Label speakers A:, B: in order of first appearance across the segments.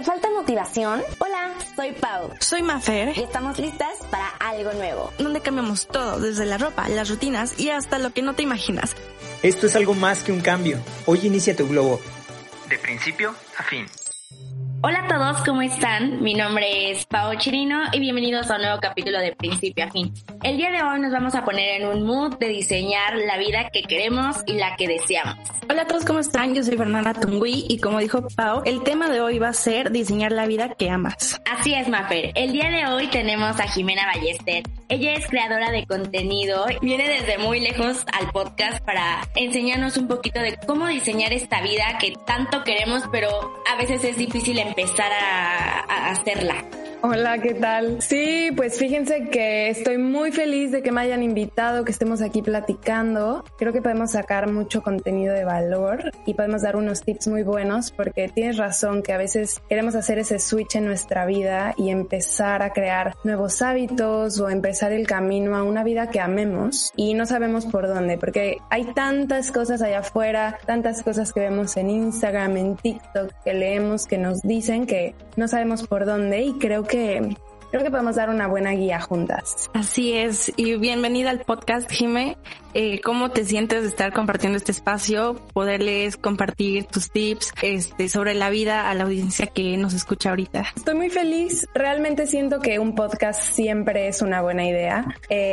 A: ¿Te falta motivación? Hola, soy Pau.
B: Soy Mafer.
A: Y estamos listas para algo nuevo.
B: Donde cambiamos todo, desde la ropa, las rutinas y hasta lo que no te imaginas.
C: Esto es algo más que un cambio. Hoy inicia tu globo. De principio a fin.
D: Hola a todos, ¿cómo están? Mi nombre es Pau Chirino y bienvenidos a un nuevo capítulo de Principio a Fin. El día de hoy nos vamos a poner en un mood de diseñar la vida que queremos y la que deseamos.
B: Hola a todos, ¿cómo están? Yo soy Fernanda Tungui y como dijo Pau, el tema de hoy va a ser diseñar la vida que amas.
D: Así es, Mafer. El día de hoy tenemos a Jimena Ballester. Ella es creadora de contenido, viene desde muy lejos al podcast para enseñarnos un poquito de cómo diseñar esta vida que tanto queremos, pero a veces es difícil empezar a hacerla.
E: Hola, ¿qué tal? Sí, pues fíjense que estoy muy feliz de que me hayan invitado, que estemos aquí platicando. Creo que podemos sacar mucho contenido de valor y podemos dar unos tips muy buenos porque tienes razón que a veces queremos hacer ese switch en nuestra vida y empezar a crear nuevos hábitos o empezar el camino a una vida que amemos y no sabemos por dónde porque hay tantas cosas allá afuera, tantas cosas que vemos en Instagram, en TikTok, que leemos, que nos dicen que no sabemos por dónde y creo que podemos dar una buena guía juntas.
B: Así es, y bienvenida al podcast, Jime. ¿Cómo te sientes de estar compartiendo este espacio? Poderles compartir tus tips sobre la vida a la audiencia que nos escucha ahorita.
E: Estoy muy feliz. Realmente siento que un podcast siempre es una buena idea.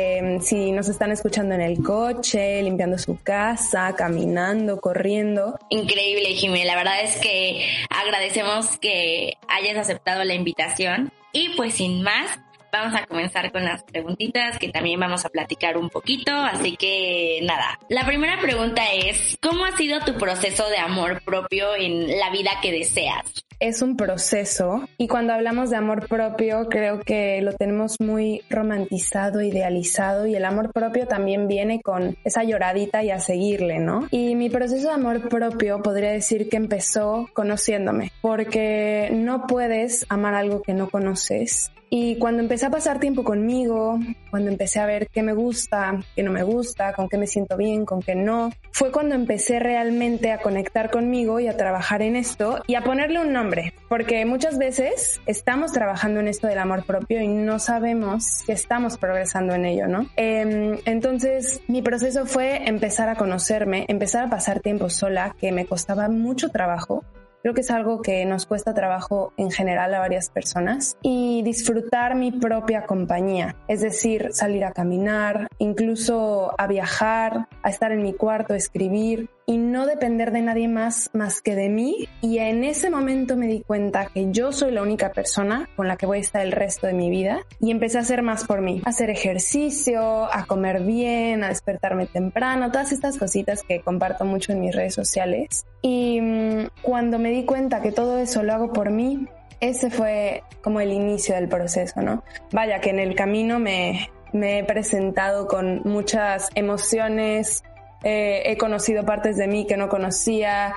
E: Si nos están escuchando en el coche, limpiando su casa, caminando, corriendo.
D: Increíble, Jime. La verdad es que agradecemos que hayas aceptado la invitación. Y pues sin más, vamos a comenzar con las preguntitas que también vamos a platicar un poquito, así que nada. La primera pregunta es, ¿cómo ha sido tu proceso de amor propio en la vida que deseas?
E: Es un proceso y cuando hablamos de amor propio creo que lo tenemos muy romantizado, idealizado y el amor propio también viene con esa lloradita y a seguirle, ¿no? Y mi proceso de amor propio podría decir que empezó conociéndome porque no puedes amar algo que no conoces. Y cuando empecé a pasar tiempo conmigo, cuando empecé a ver qué me gusta, qué no me gusta, con qué me siento bien, con qué no, fue cuando empecé realmente a conectar conmigo y a trabajar en esto y a ponerle un nombre. Porque muchas veces estamos trabajando en esto del amor propio y no sabemos que estamos progresando en ello, ¿no? Entonces, mi proceso fue empezar a conocerme, empezar a pasar tiempo sola, que me costaba mucho trabajo. Creo que es algo que nos cuesta trabajo en general a varias personas y disfrutar mi propia compañía, es decir, salir a caminar, incluso a viajar, a estar en mi cuarto, a escribir y no depender de nadie más que de mí. Y en ese momento me di cuenta que yo soy la única persona con la que voy a estar el resto de mi vida y empecé a hacer más por mí, a hacer ejercicio, a comer bien, a despertarme temprano, todas estas cositas que comparto mucho en mis redes sociales. Y cuando me di cuenta que todo eso lo hago por mí, ese fue como el inicio del proceso, ¿no? Vaya que en el camino me he presentado con muchas emociones, he conocido partes de mí que no conocía,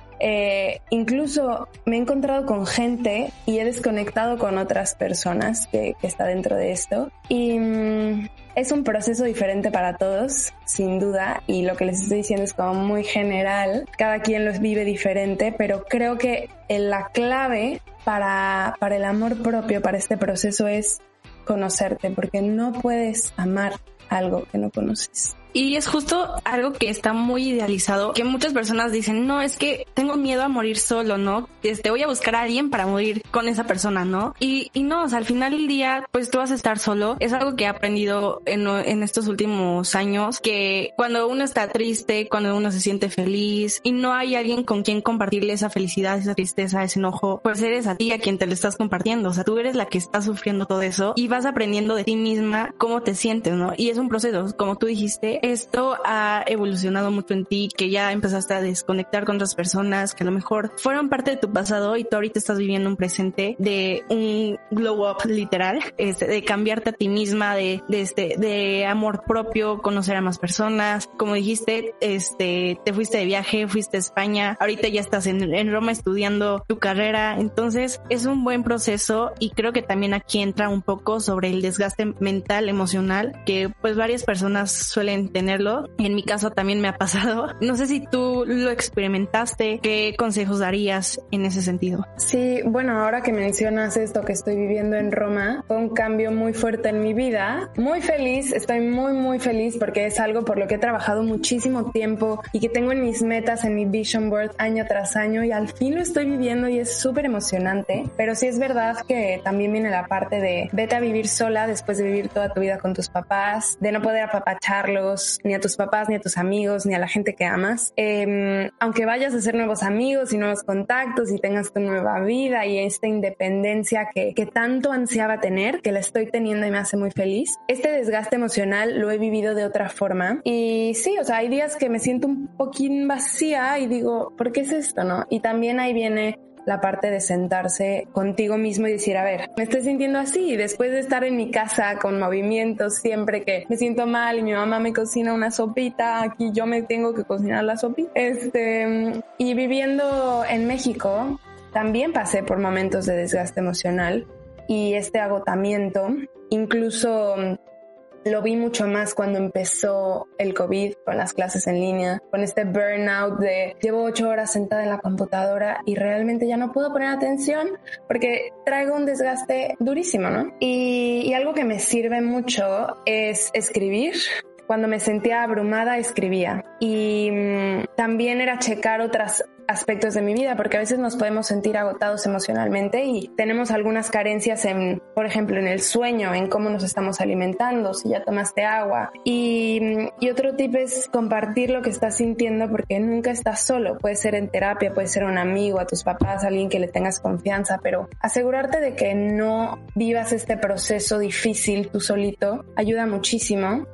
E: incluso me he encontrado con gente y he desconectado con otras personas que está dentro de esto y es un proceso diferente para todos, sin duda, y lo que les estoy diciendo es como muy general, cada quien los vive diferente, pero creo que la clave para el amor propio, para este proceso es conocerte, porque no puedes amar algo que no conoces.
B: Y es justo algo que está muy idealizado, que muchas personas dicen, no, es que tengo miedo a morir solo, ¿no? Voy a buscar a alguien para morir con esa persona, ¿no? Y no, o sea, al final del día, pues tú vas a estar solo. Es algo que he aprendido en estos últimos años, que cuando uno está triste, cuando uno se siente feliz y no hay alguien con quien compartirle esa felicidad, esa tristeza, ese enojo, pues eres a ti a quien te lo estás compartiendo. O sea, tú eres la que está sufriendo todo eso y vas aprendiendo de ti misma cómo te sientes, ¿no? Y es un proceso, como tú dijiste, esto ha evolucionado mucho en ti, que ya empezaste a desconectar con otras personas que a lo mejor fueron parte de tu pasado y tú ahorita estás viviendo un presente de glow up literal, de cambiarte a ti misma, de amor propio, conocer a más personas. Como dijiste, te fuiste de viaje, fuiste a España, ahorita ya estás en Roma estudiando tu carrera, entonces es un buen proceso y creo que también aquí entra un poco sobre el desgaste mental, emocional, que pues varias personas suelen tenerlo. En mi caso también me ha pasado. No sé si tú lo experimentaste, ¿qué consejos darías en ese sentido?
E: Sí, bueno, ahora que mencionas esto que estoy viviendo en Roma, fue un cambio muy fuerte en mi vida. Muy feliz, estoy muy feliz porque es algo por lo que he trabajado muchísimo tiempo y que tengo en mis metas, en mi vision board año tras año, y al fin lo estoy viviendo y es súper emocionante. Pero sí es verdad que también viene la parte de vete a vivir sola después de vivir toda tu vida con tus papás, de no poder apapacharlos, ni a tus papás, ni a tus amigos, ni a la gente que amas. Aunque vayas a hacer nuevos amigos y nuevos contactos y tengas tu nueva vida y esta independencia que tanto ansiaba tener, que la estoy teniendo y me hace muy feliz, este desgaste emocional lo he vivido de otra forma. Y sí, o sea, hay días que me siento un poquín vacía y digo, ¿por qué es esto, no? Y también ahí viene la parte de sentarse contigo mismo y decir, a ver, me estoy sintiendo así, después de estar en mi casa con movimientos, siempre que me siento mal y mi mamá me cocina una sopita, aquí yo me tengo que cocinar la sopita. Y viviendo en México, también pasé por momentos de desgaste emocional y este agotamiento, incluso lo vi mucho más cuando empezó el COVID, con las clases en línea, con este burnout de llevo 8 horas sentada en la computadora y realmente ya no puedo poner atención porque traigo un desgaste durísimo, ¿no? Y algo que me sirve mucho es escribir. Cuando me sentía abrumada, escribía. Y también era checar otros aspectos de mi vida, porque a veces nos podemos sentir agotados emocionalmente y tenemos algunas carencias por ejemplo, en el sueño, en cómo nos estamos alimentando, si ya tomaste agua. Y otro tip es compartir lo que estás sintiendo, porque nunca estás solo. Puede ser en terapia, puede ser un amigo, a tus papás, alguien que le tengas confianza, pero asegurarte de que no vivas este proceso difícil tú solito ayuda muchísimo.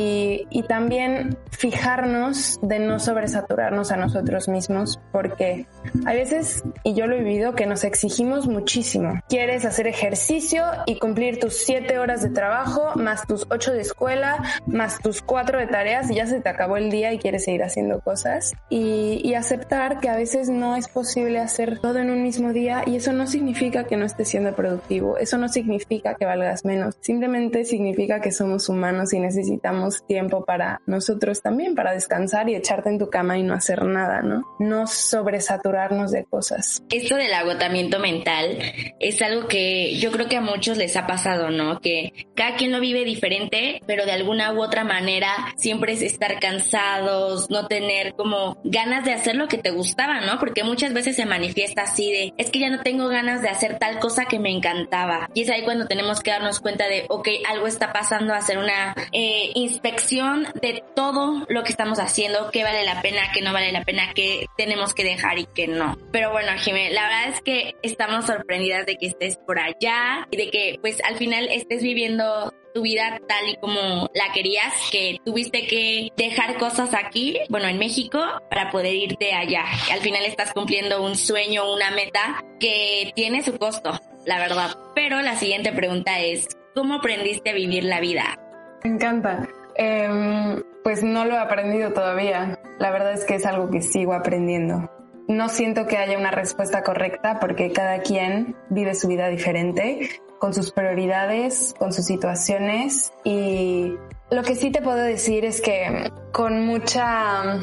E: Y también fijarnos de no sobresaturarnos a nosotros mismos, porque hay veces, y yo lo he vivido, que nos exigimos muchísimo. Quieres hacer ejercicio y cumplir tus 7 horas de trabajo, más tus 8 de escuela, más tus 4 de tareas, y ya se te acabó el día y quieres seguir haciendo cosas. Y aceptar que a veces no es posible hacer todo en un mismo día, y eso no significa que no estés siendo productivo, eso no significa que valgas menos, simplemente significa que somos humanos y necesitamos tiempo para nosotros también, para descansar y echarte en tu cama y no hacer nada, ¿no? No sobresaturarnos de cosas.
D: Esto del agotamiento mental es algo que yo creo que a muchos les ha pasado, ¿no? Que cada quien lo vive diferente, pero de alguna u otra manera siempre es estar cansados, no tener como ganas de hacer lo que te gustaba, ¿no? Porque muchas veces se manifiesta así de, es que ya no tengo ganas de hacer tal cosa que me encantaba. Y es ahí cuando tenemos que darnos cuenta de, ok, algo está pasando, hacer una inspección de todo lo que estamos haciendo, qué vale la pena, qué no vale la pena, qué tenemos que dejar y qué no. Pero bueno, Jimé, la verdad es que estamos sorprendidas de que estés por allá y de que pues al final estés viviendo tu vida tal y como la querías, que tuviste que dejar cosas aquí, bueno, en México, para poder irte allá. Al final estás cumpliendo un sueño, una meta que tiene su costo, la verdad. Pero la siguiente pregunta es, ¿cómo aprendiste a vivir la vida?
E: Me encanta. Pues no lo he aprendido todavía. La verdad es que es algo que sigo aprendiendo. No siento que haya una respuesta correcta porque cada quien vive su vida diferente, con sus prioridades, con sus situaciones, y lo que sí te puedo decir es que con mucha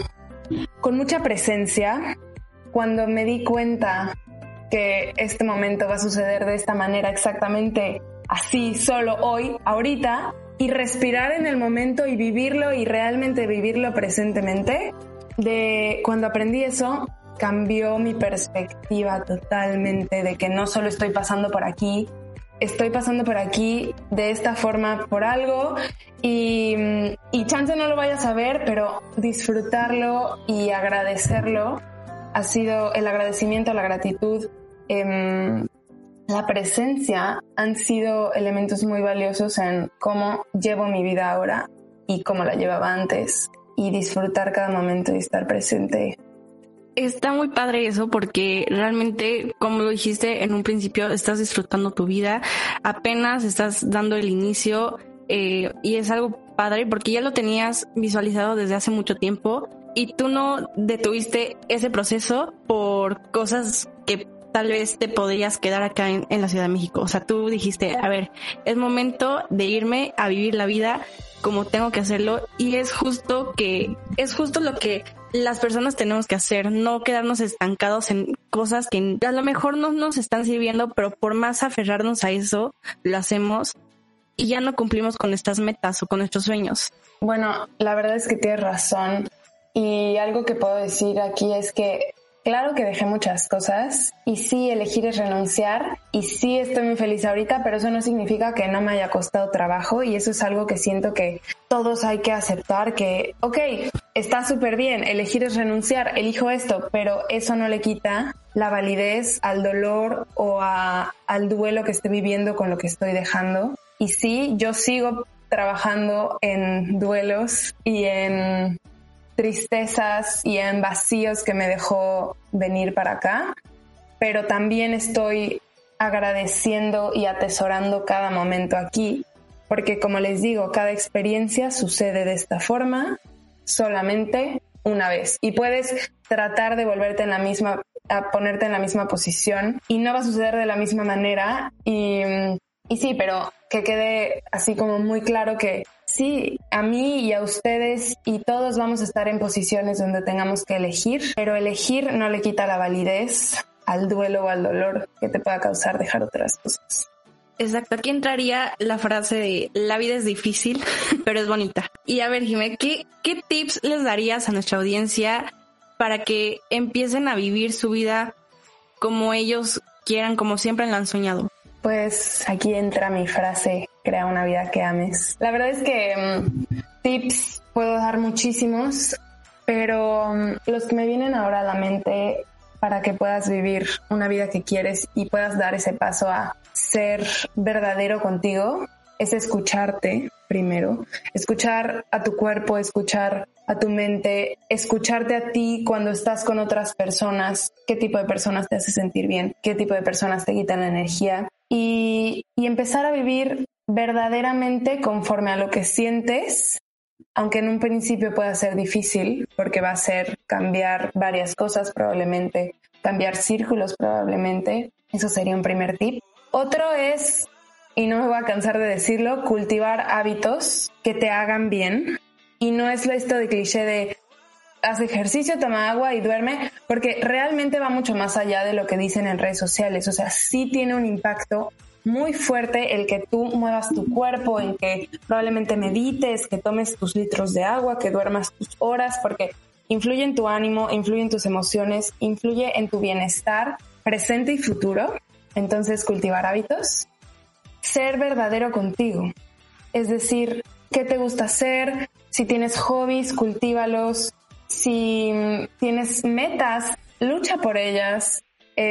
E: presencia, cuando me di cuenta que este momento va a suceder de esta manera exactamente así, solo hoy, ahorita, y respirar en el momento y vivirlo y realmente vivirlo presentemente, cuando aprendí eso, cambió mi perspectiva totalmente de que no solo estoy pasando por aquí de esta forma por algo y chance no lo vayas a ver, pero disfrutarlo y agradecerlo ha sido el agradecimiento, la gratitud, la presencia han sido elementos muy valiosos en cómo llevo mi vida ahora y cómo la llevaba antes, y disfrutar cada momento y estar presente
B: Está muy padre eso porque realmente, como lo dijiste en un principio, estás disfrutando tu vida, apenas estás dando el inicio y es algo padre porque ya lo tenías visualizado desde hace mucho tiempo y tú no detuviste ese proceso por cosas que tal vez te podrías quedar acá en la Ciudad de México. O sea, tú dijiste, a ver, es momento de irme a vivir la vida como tengo que hacerlo y es justo lo que las personas tenemos que hacer, no quedarnos estancados en cosas que a lo mejor no nos están sirviendo, pero por más aferrarnos a eso, lo hacemos y ya no cumplimos con estas metas o con nuestros sueños.
E: Bueno, la verdad es que tienes razón y algo que puedo decir aquí es que claro que dejé muchas cosas y sí, elegir es renunciar y sí estoy muy feliz ahorita, pero eso no significa que no me haya costado trabajo y eso es algo que siento que todos hay que aceptar que, ok, está súper bien, elegir es renunciar, elijo esto, pero eso no le quita la validez al dolor o al duelo que estoy viviendo con lo que estoy dejando. Y sí, yo sigo trabajando en duelos y en tristezas y en vacíos que me dejó venir para acá, pero también estoy agradeciendo y atesorando cada momento aquí, porque como les digo, cada experiencia sucede de esta forma solamente una vez y puedes tratar de volverte a ponerte en la misma posición y no va a suceder de la misma manera y sí, pero que quede así como muy claro que sí, a mí y a ustedes y todos vamos a estar en posiciones donde tengamos que elegir, pero elegir no le quita la validez al duelo o al dolor que te pueda causar dejar otras cosas.
B: Exacto, aquí entraría la frase de la vida es difícil, pero es bonita. Y a ver, Jimé, ¿qué tips les darías a nuestra audiencia para que empiecen a vivir su vida como ellos quieran, como siempre la han soñado?
E: Pues aquí entra mi frase, crea una vida que ames. La verdad es que tips puedo dar muchísimos, pero los que me vienen ahora a la mente para que puedas vivir una vida que quieres y puedas dar ese paso a ser verdadero contigo es escucharte primero, escuchar a tu cuerpo, escuchar a tu mente, escucharte a ti cuando estás con otras personas, qué tipo de personas te hace sentir bien, qué tipo de personas te quitan la energía y empezar a vivir verdaderamente conforme a lo que sientes, aunque en un principio pueda ser difícil porque va a ser cambiar varias cosas probablemente, cambiar círculos probablemente, eso sería un primer tip. Otro es, y no me voy a cansar de decirlo, cultivar hábitos que te hagan bien. Y no es esto de cliché de haz ejercicio, toma agua y duerme, porque realmente va mucho más allá de lo que dicen en redes sociales. O sea, sí tiene un impacto muy fuerte el que tú muevas tu cuerpo, en que probablemente medites, que tomes tus litros de agua, que duermas tus horas, porque influye en tu ánimo, influye en tus emociones, influye en tu bienestar presente y futuro. Entonces, cultivar hábitos. Ser verdadero contigo. Es decir, ¿qué te gusta hacer? Si tienes hobbies, cultívalos. Si tienes metas, lucha por ellas,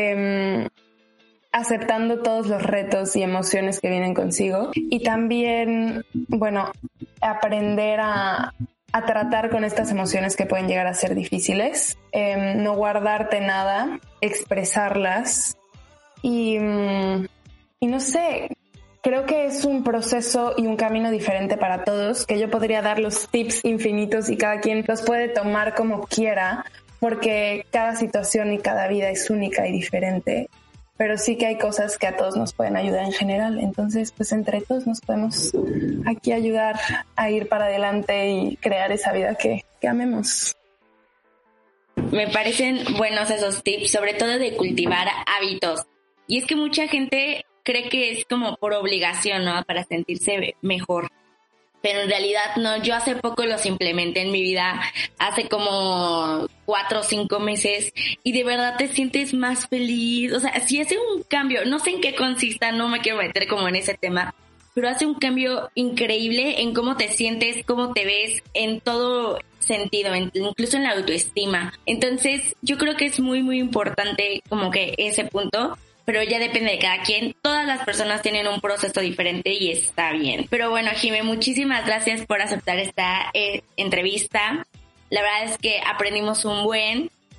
E: aceptando todos los retos y emociones que vienen consigo. Y también, bueno, aprender a tratar con estas emociones que pueden llegar a ser difíciles. No guardarte nada, expresarlas. Y no sé, creo que es un proceso y un camino diferente para todos, que yo podría dar los tips infinitos y cada quien los puede tomar como quiera, porque cada situación y cada vida es única y diferente, pero sí que hay cosas que a todos nos pueden ayudar en general. Entonces, pues entre todos nos podemos aquí ayudar a ir para adelante y crear esa vida que amemos.
D: Me parecen buenos esos tips, sobre todo de cultivar hábitos. Y es que mucha gente cree que es como por obligación, ¿no? Para sentirse mejor. Pero en realidad no. Yo hace poco los implementé en mi vida, hace como 4 o 5 meses, y de verdad te sientes más feliz. O sea, si hace un cambio, no sé en qué consista, no me quiero meter como en ese tema, pero hace un cambio increíble en cómo te sientes, cómo te ves, en todo sentido, incluso en la autoestima. Entonces, yo creo que es muy, muy importante como que ese punto, pero ya depende de cada quien. Todas las personas tienen un proceso diferente y está bien. Pero bueno, Jimé, muchísimas gracias por aceptar esta entrevista. La verdad es que aprendimos un buen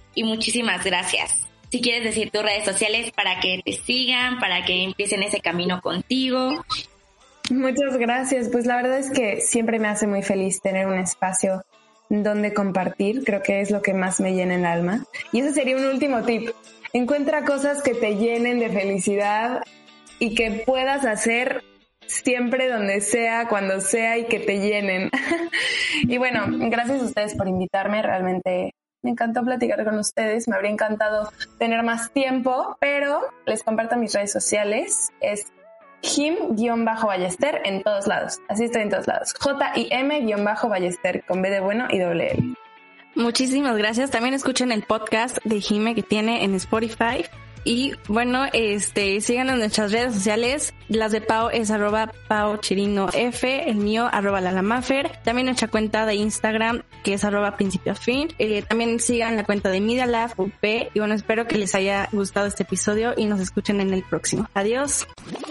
D: y muchísimas gracias. Si quieres decir tus redes sociales para que te sigan, para que empiecen ese camino contigo.
E: Muchas gracias. Pues la verdad es que siempre me hace muy feliz tener un espacio donde compartir. Creo que es lo que más me llena el alma. Y ese sería un último tip. Encuentra cosas que te llenen de felicidad y que puedas hacer siempre, donde sea, cuando sea, y que te llenen. Y bueno, gracias a ustedes por invitarme. Realmente me encantó platicar con ustedes. Me habría encantado tener más tiempo, pero les comparto mis redes sociales. Es Jim-Ballester en todos lados. Así estoy en todos lados. JIM-Ballester con B de bueno y doble L.
B: Muchísimas gracias. También escuchen el podcast de Jime que tiene en Spotify. Y bueno, síganos en nuestras redes sociales. Las de Pau es @PauChirinoF, el mío @LalaMafer. También nuestra cuenta de Instagram que es @principiofin. También sigan la cuenta de Media Lab UP. Y bueno, espero que les haya gustado este episodio y nos escuchen en el próximo. Adiós.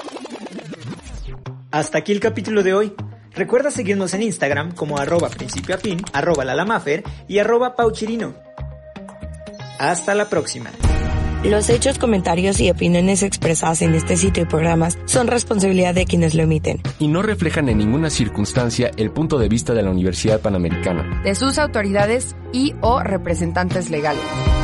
C: Hasta aquí el capítulo de hoy. Recuerda seguirnos en Instagram como @principiofin, @LalaMafer y @PauChirino. Hasta la próxima.
F: Los hechos, comentarios y opiniones expresadas en este sitio y programas son responsabilidad de quienes lo emiten
G: y no reflejan en ninguna circunstancia el punto de vista de la Universidad Panamericana,
H: de sus autoridades y o representantes legales.